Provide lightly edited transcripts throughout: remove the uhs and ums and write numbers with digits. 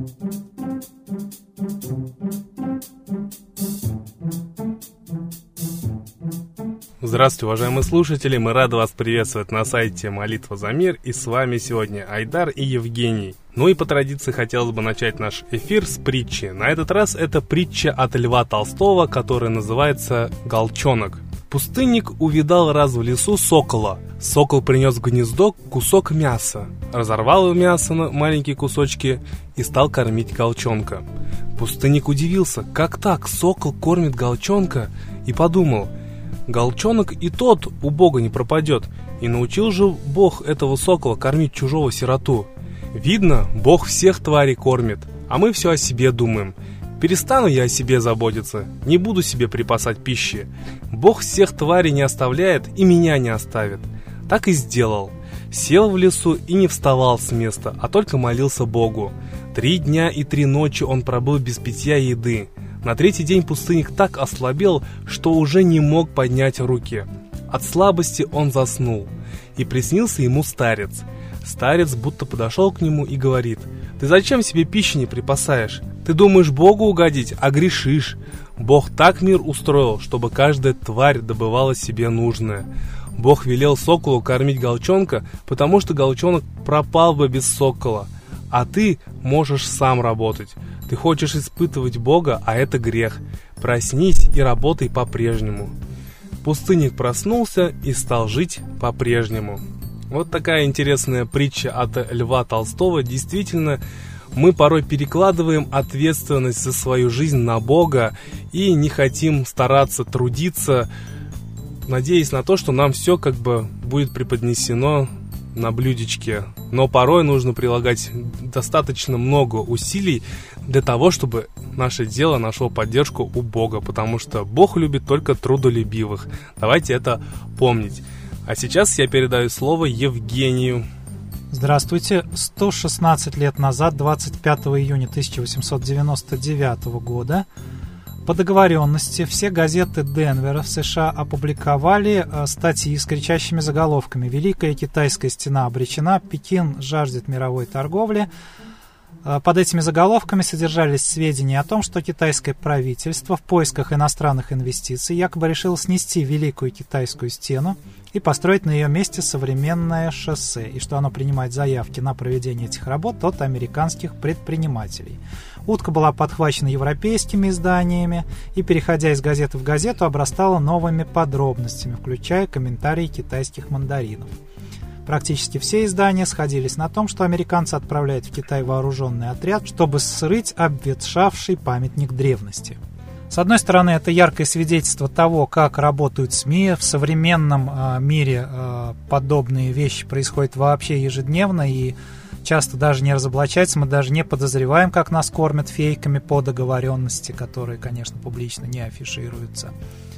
Здравствуйте, уважаемые слушатели, мы рады вас приветствовать на сайте «Молитва за мир», и с вами сегодня Айдар и Евгений. Ну и по традиции хотелось бы начать наш эфир с притчи. На этот раз это притча от Льва Толстого, которая называется «Голчонок». Пустынник увидал раз в лесу сокола. Сокол принес в гнездо кусок мяса, разорвал мясо на маленькие кусочки и стал кормить голчонка. Пустынник удивился, как так сокол кормит голчонка, и подумал: голчонок и тот у Бога не пропадет, и научил же Бог этого сокола кормить чужого сироту. Видно, Бог всех тварей кормит, а мы все о себе думаем. Перестану я о себе заботиться, не буду себе припасать пищи. Бог всех тварей не оставляет и меня не оставит. Так и сделал. Сел в лесу и не вставал с места, а только молился Богу. 3 дня и 3 ночи он пробыл без питья и еды. На 3-й день пустынник так ослабел, что уже не мог поднять руки. От слабости он заснул, и приснился ему старец. Старец будто подошел к нему и говорит: «Ты зачем себе пищи не припасаешь? Ты думаешь Богу угодить, а грешишь. Бог так мир устроил, чтобы каждая тварь добывала себе нужное. Бог велел соколу кормить голчонка, потому что голчонок пропал бы без сокола. А ты можешь сам работать. Ты хочешь испытывать Бога, а это грех. Проснись и работай по-прежнему». Пустынник проснулся и стал жить по-прежнему. Вот такая интересная притча от Льва Толстого. Действительно, мы порой перекладываем ответственность за свою жизнь на Бога и не хотим стараться трудиться, надеясь на то, что нам все будет преподнесено на блюдечке. Но порой нужно прилагать достаточно много усилий для того, чтобы наше дело нашло поддержку у Бога, потому что Бог любит только трудолюбивых. Давайте это помнить. А сейчас я передаю слово Евгению. Здравствуйте. 116 лет назад, 25 июня 1899 года, по договоренности все газеты Денвера в США опубликовали статьи с кричащими заголовками: «Великая китайская стена обречена», «Пекин жаждет мировой торговли». Под этими заголовками содержались сведения о том, что китайское правительство в поисках иностранных инвестиций якобы решило снести Великую Китайскую стену и построить на ее месте современное шоссе, и что оно принимает заявки на проведение этих работ от американских предпринимателей. Утка была подхвачена европейскими изданиями и, переходя из газеты в газету, обрастала новыми подробностями, включая комментарии китайских мандаринов. Практически все издания сходились на том, что американцы отправляют в Китай вооруженный отряд, чтобы срыть обветшавший памятник древности. С одной стороны, это яркое свидетельство того, как работают СМИ. В современном мире подобные вещи происходят вообще ежедневно, и часто даже не разоблачается, мы даже не подозреваем, как нас кормят фейками по договоренности, которые, конечно, публично не афишируются.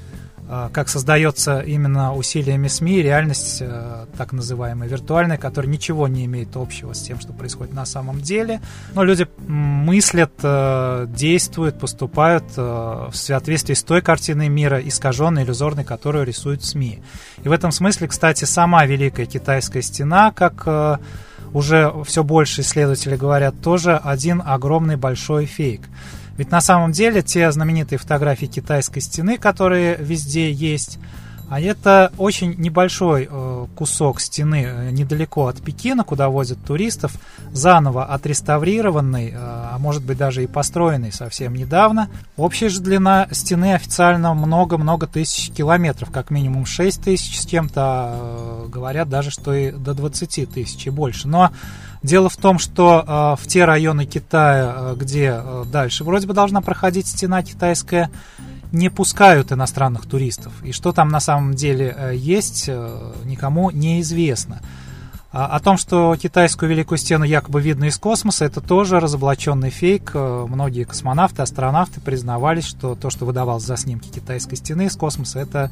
Как создается именно усилиями СМИ реальность, так называемая виртуальная, которая ничего не имеет общего с тем, что происходит на самом деле. Но люди мыслят, действуют, поступают в соответствии с той картиной мира, искаженной, иллюзорной, которую рисуют СМИ. И в этом смысле, кстати, сама Великая Китайская стена, как уже все больше исследователи говорят, тоже один огромный большой фейк. Ведь на самом деле те знаменитые фотографии китайской стены, которые везде есть, а это очень небольшой кусок стены недалеко от Пекина, куда возят туристов, заново отреставрированный, а может быть даже и построенный совсем недавно. Общая же длина стены официально много-много тысяч километров, как минимум 6 тысяч с чем-то, говорят даже, что и до 20 тысяч и больше. Но дело в том, что в те районы Китая, где дальше вроде бы должна проходить стена китайская, не пускают иностранных туристов. И что там на самом деле есть, никому неизвестно. О том, что китайскую Великую Стену якобы видно из космоса, это тоже разоблаченный фейк. Многие космонавты, астронавты признавались, что то, что выдавалось за снимки китайской стены из космоса, это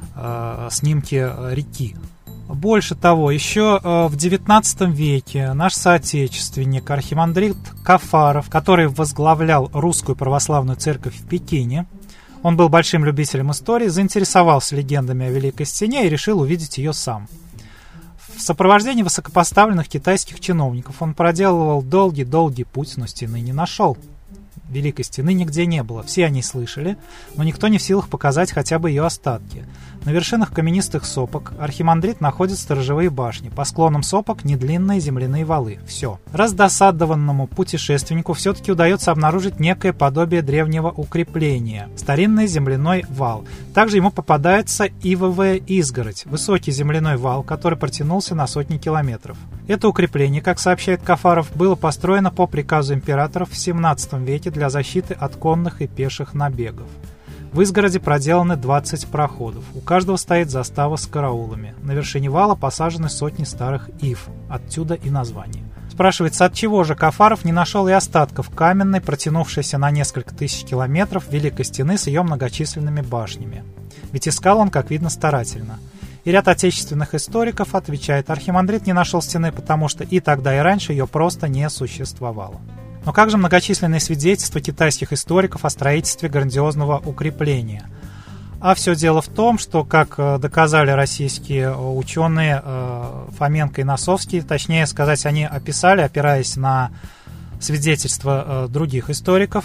снимки реки. Больше того, еще в XIX веке наш соотечественник архимандрит Кафаров, который возглавлял Русскую Православную Церковь в Пекине, он был большим любителем истории, заинтересовался легендами о Великой Стене и решил увидеть ее сам. В сопровождении высокопоставленных китайских чиновников он проделывал долгий-долгий путь, но стены не нашел. Великой стены нигде не было. Все о ней слышали, но никто не в силах показать хотя бы ее остатки. На вершинах каменистых сопок архимандрит находит сторожевые башни. По склонам сопок недлинные земляные валы. Все. Раздосадованному путешественнику все-таки удается обнаружить некое подобие древнего укрепления. Старинный земляной вал. Также ему попадается ивовая изгородь. Высокий земляной вал, который протянулся на сотни километров. Это укрепление, как сообщает Кафаров, было построено по приказу императоров в 17 веке для защиты от конных и пеших набегов. В изгороди проделаны 20 проходов. У каждого стоит застава с караулами. На вершине вала посажены сотни старых ив. Отсюда и название. Спрашивается, от чего же Кафаров не нашел и остатков каменной, протянувшейся на несколько тысяч километров Великой Стены с ее многочисленными башнями? Ведь искал он, как видно, старательно. И ряд отечественных историков отвечает, архимандрит не нашел стены, потому что и тогда, и раньше ее просто не существовало. Но как же многочисленные свидетельства китайских историков о строительстве грандиозного укрепления? А все дело в том, что, как доказали российские ученые Фоменко и Носовский, точнее сказать, они описали, опираясь на свидетельства других историков,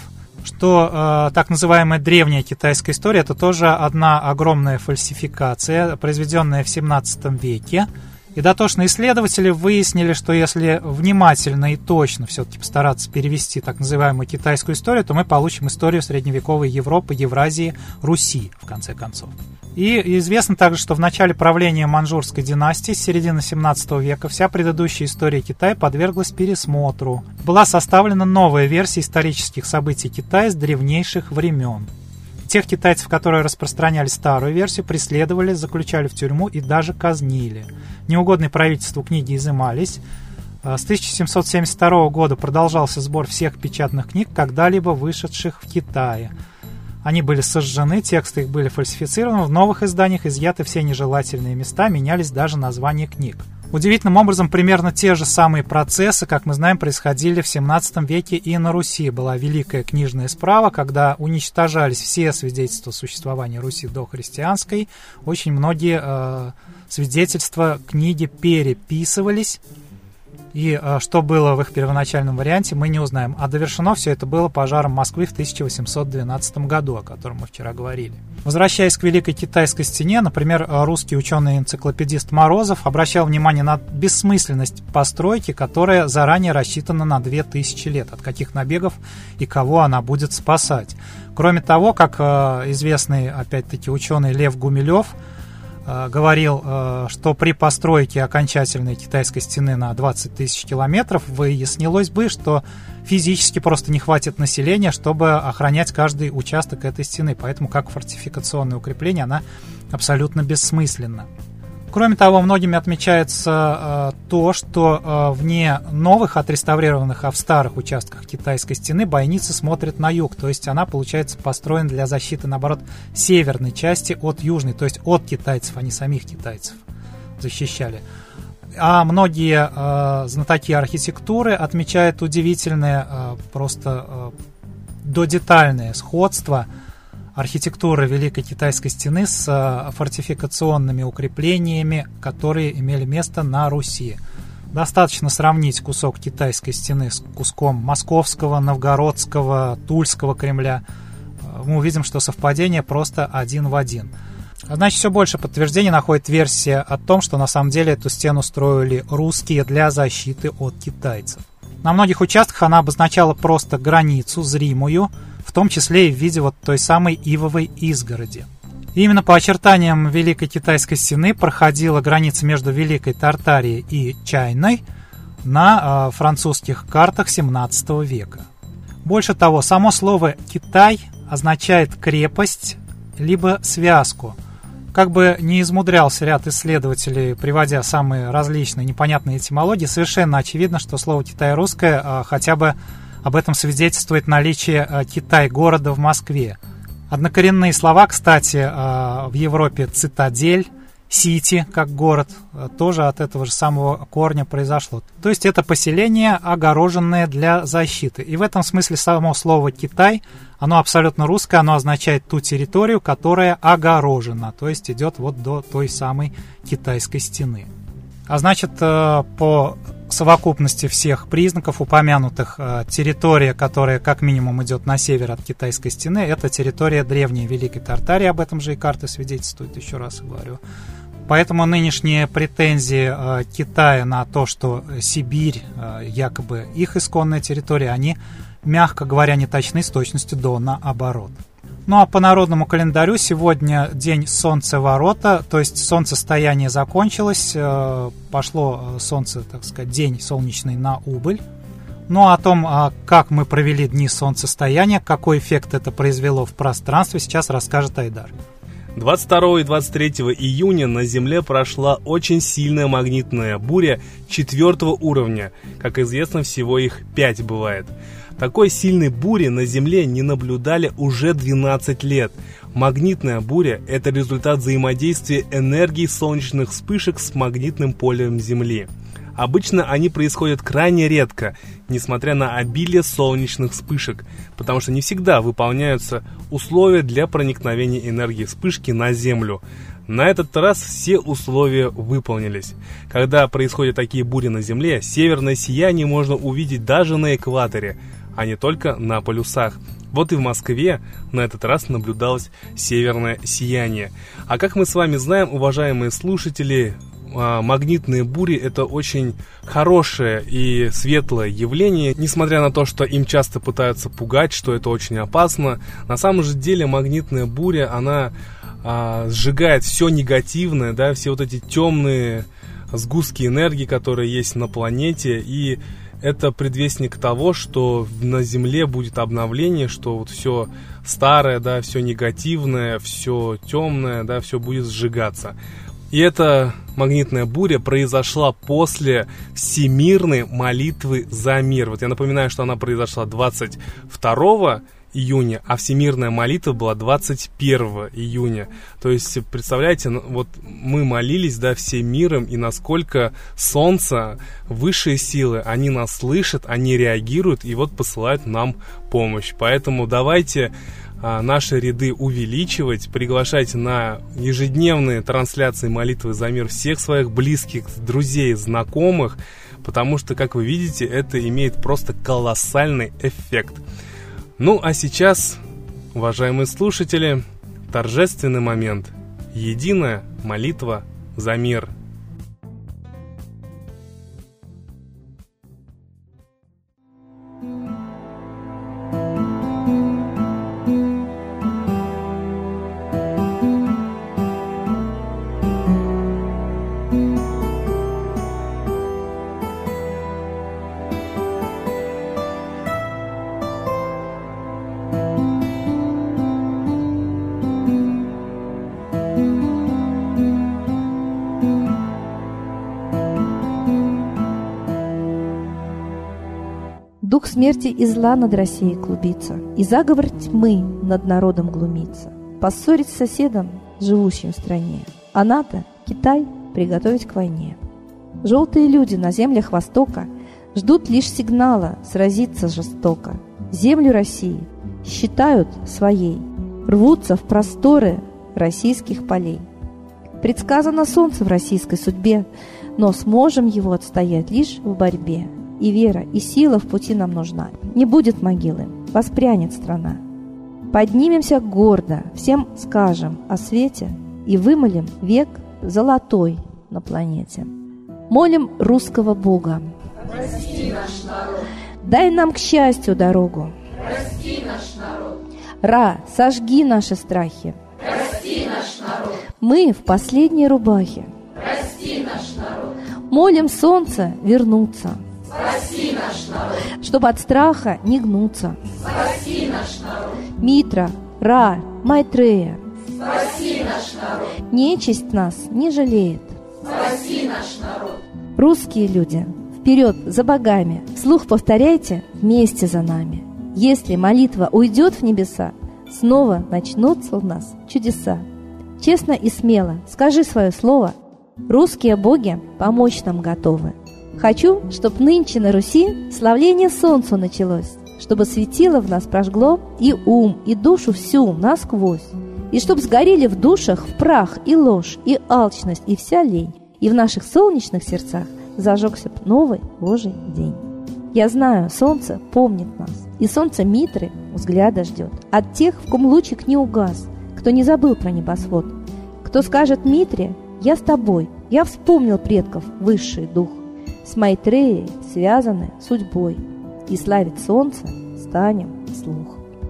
что так называемая древняя китайская история – это тоже одна огромная фальсификация, произведенная в 17 веке. И дотошные исследователи выяснили, что если внимательно и точно все-таки постараться перевести так называемую китайскую историю, то мы получим историю средневековой Европы, Евразии, Руси, в конце концов. И известно также, что в начале правления маньчжурской династии с середины 17 века вся предыдущая история Китая подверглась пересмотру. Была составлена новая версия исторических событий Китая с древнейших времен. Тех китайцев, которые распространяли старую версию, преследовали, заключали в тюрьму и даже казнили. Неугодные правительству книги изымались. С 1772 года продолжался сбор всех печатных книг, когда-либо вышедших в Китае. Они были сожжены, тексты их были фальсифицированы, в новых изданиях изъяты все нежелательные места, менялись даже названия книг. Удивительным образом, примерно те же самые процессы, как мы знаем, происходили в 17 веке и на Руси. Была великая книжная справа, когда уничтожались все свидетельства существования Руси дохристианской. Очень многие свидетельства книги переписывались. И что было в их первоначальном варианте, мы не узнаем. А довершено все это было пожаром Москвы в 1812 году, о котором мы вчера говорили. Возвращаясь к Великой Китайской стене, например, русский ученый-энциклопедист Морозов обращал внимание на бессмысленность постройки, которая заранее рассчитана на 2000 лет, от каких набегов и кого она будет спасать. Кроме того, как известный, опять-таки, ученый Лев Гумилев говорил, что при постройке окончательной китайской стены на 20 тысяч километров выяснилось бы, что физически просто не хватит населения, чтобы охранять каждый участок этой стены. Поэтому как фортификационное укрепление она абсолютно бессмысленна. Кроме того, многими отмечается то, что вне новых отреставрированных, а в старых участках китайской стены бойницы смотрят на юг, то есть она, получается, построена для защиты, наоборот, северной части от южной, то есть от китайцев, а не самих китайцев защищали. А многие знатоки архитектуры отмечают удивительное, просто додетальное сходство архитектуры Великой Китайской стены с фортификационными укреплениями, которые имели место на Руси. Достаточно сравнить кусок китайской стены с куском московского, новгородского, тульского Кремля. Мы увидим, что совпадение просто один в один. Значит, все больше подтверждений находит версия о том, что на самом деле эту стену строили русские для защиты от китайцев. На многих участках она обозначала просто границу, зримую, в том числе и в виде вот той самой ивовой изгороди. И именно по очертаниям Великой Китайской стены проходила граница между Великой Тартарией и Чайной на французских картах 17 века. Больше того, само слово «Китай» означает крепость либо связку. Как бы не измудрялся ряд исследователей, приводя самые различные непонятные этимологии, совершенно очевидно, что слово «Китай» русское хотя бы об этом свидетельствует наличие Китай города в Москве. Однокоренные слова, кстати, в Европе цитадель, сити как город, тоже от этого же самого корня произошло. То есть это поселение, огороженное для защиты. И в этом смысле само слово «Китай», оно абсолютно русское, оно означает ту территорию, которая огорожена, то есть идет вот до той самой китайской стены. А значит, по совокупности всех признаков упомянутых, территория, которая как минимум идет на север от Китайской стены, это территория древней Великой Тартарии, об этом же и карты свидетельствуют, еще раз говорю. Поэтому нынешние претензии Китая на то, что Сибирь якобы их исконная территория, они, мягко говоря, не точны с точностью до наоборот. Ну а по народному календарю сегодня день солнцеворота, то есть солнцестояние закончилось, пошло солнце, так сказать, день солнечный на убыль. Ну а о том, как мы провели дни солнцестояния, какой эффект это произвело в пространстве, сейчас расскажет Айдар. 22 и 23 июня на Земле прошла очень сильная магнитная буря 4 уровня. Как известно, всего их 5 бывает. Такой сильной бури на Земле не наблюдали уже 12 лет. Магнитная буря – это результат взаимодействия энергии солнечных вспышек с магнитным полем Земли. Обычно они происходят крайне редко, несмотря на обилие солнечных вспышек, потому что не всегда выполняются условия для проникновения энергии вспышки на Землю. На этот раз все условия выполнились. Когда происходят такие бури на Земле, северное сияние можно увидеть даже на экваторе, а не только на полюсах. Вот и в Москве на этот раз наблюдалось северное сияние. А как мы с вами знаем, уважаемые слушатели, магнитные бури — это очень хорошее и светлое явление, несмотря на то, что им часто пытаются пугать, что это очень опасно. На самом же деле магнитная буря, она сжигает все негативное, да, все вот эти темные сгустки энергии, которые есть на планете, и это предвестник того, что на Земле будет обновление, что вот все старое, да, все негативное, все темное, да, все будет сжигаться. И эта магнитная буря произошла после всемирной молитвы за мир. Вот я напоминаю, что она произошла 22 июня, а всемирная молитва была 21 июня. То есть, представляете, вот мы молились, да, всем миром, и насколько Солнце, высшие силы, они нас слышат, они реагируют, и вот посылают нам помощь. Поэтому давайте наши ряды увеличивать, приглашайте на ежедневные трансляции молитвы за мир всех своих близких, друзей, знакомых, потому что, как вы видите, это имеет просто колоссальный эффект. Ну а сейчас, уважаемые слушатели, торжественный момент. Единая молитва за мир. Дух смерти и зла над Россией клубится, и заговор тьмы над народом глумится. Поссорить с соседом, живущим в стране, а НАТО, Китай, приготовить к войне. Желтые люди на землях Востока ждут лишь сигнала сразиться жестоко. Землю России считают своей, рвутся в просторы российских полей. Предсказано солнце в российской судьбе, но сможем его отстоять лишь в борьбе. И вера, и сила в пути нам нужна. Не будет могилы, воспрянет страна. Поднимемся гордо, всем скажем о свете и вымолим век золотой на планете. Молим русского Бога. Прости наш народ. Дай нам к счастью дорогу. Прости наш народ. Ра, сожги наши страхи. Прости наш народ. Мы в последней рубахе. Прости наш народ. Молим солнце вернуться. Спаси наш народ. Чтобы от страха не гнуться. Спаси наш народ. Митра, Ра, Майтрея. Спаси наш народ. Нечисть нас не жалеет. Спаси наш народ. Русские люди, вперед за богами. Вслух повторяйте вместе за нами. Если молитва уйдет в небеса, снова начнутся у нас чудеса. Честно и смело скажи свое слово. Русские боги помочь нам готовы. Хочу, чтоб нынче на Руси славление солнцу началось, чтобы светило в нас прожгло и ум, и душу всю насквозь, и чтоб сгорели в душах в прах и ложь, и алчность, и вся лень, и в наших солнечных сердцах зажегся б новый Божий день. Я знаю, солнце помнит нас, и солнце Митры взгляда ждет от тех, в ком лучик не угас, кто не забыл про небосвод, кто скажет Митре: «Я с тобой, я вспомнил предков высший дух, с Майтреей связаны судьбой, и славить солнце станем вслух».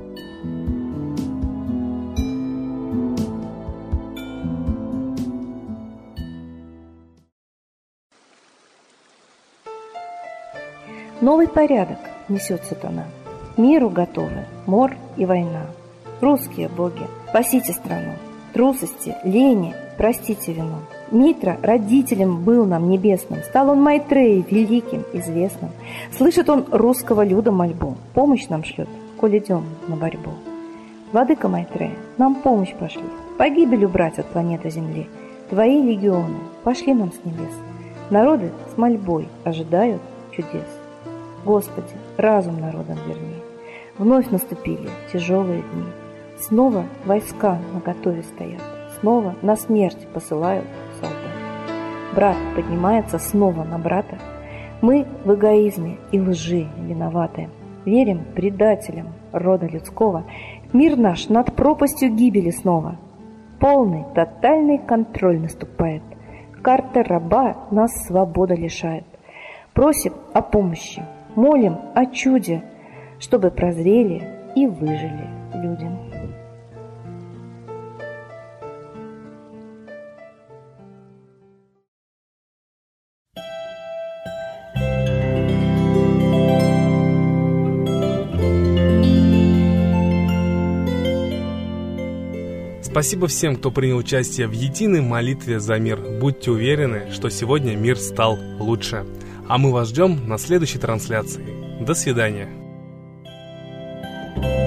Новый порядок несет сатана. Миру готовы мор и война. Русские боги, спасите страну. Трусости, лени, простите вину. Митра родителем был нам небесным, стал он Майтреей великим, известным. Слышит он русского люда мольбу, помощь нам шлет, коль идем на борьбу. Владыка Майтрея, нам помощь пошли, погибель убрать от планеты Земли. Твои легионы пошли нам с небес. Народы с мольбой ожидают чудес. Господи, разум народам верни. Вновь наступили тяжелые дни. Снова войска наготове стоят. Снова на смерть посылают солдат. Брат поднимается снова на брата. Мы в эгоизме и лжи виноваты. Верим предателям рода людского. Мир наш над пропастью гибели снова. Полный, тотальный контроль наступает. Карта раба нас свобода лишает. Просим о помощи. Молим о чуде, чтобы прозрели и выжили люди. Спасибо всем, кто принял участие в единой молитве за мир. Будьте уверены, что сегодня мир стал лучше. А мы вас ждем на следующей трансляции. До свидания.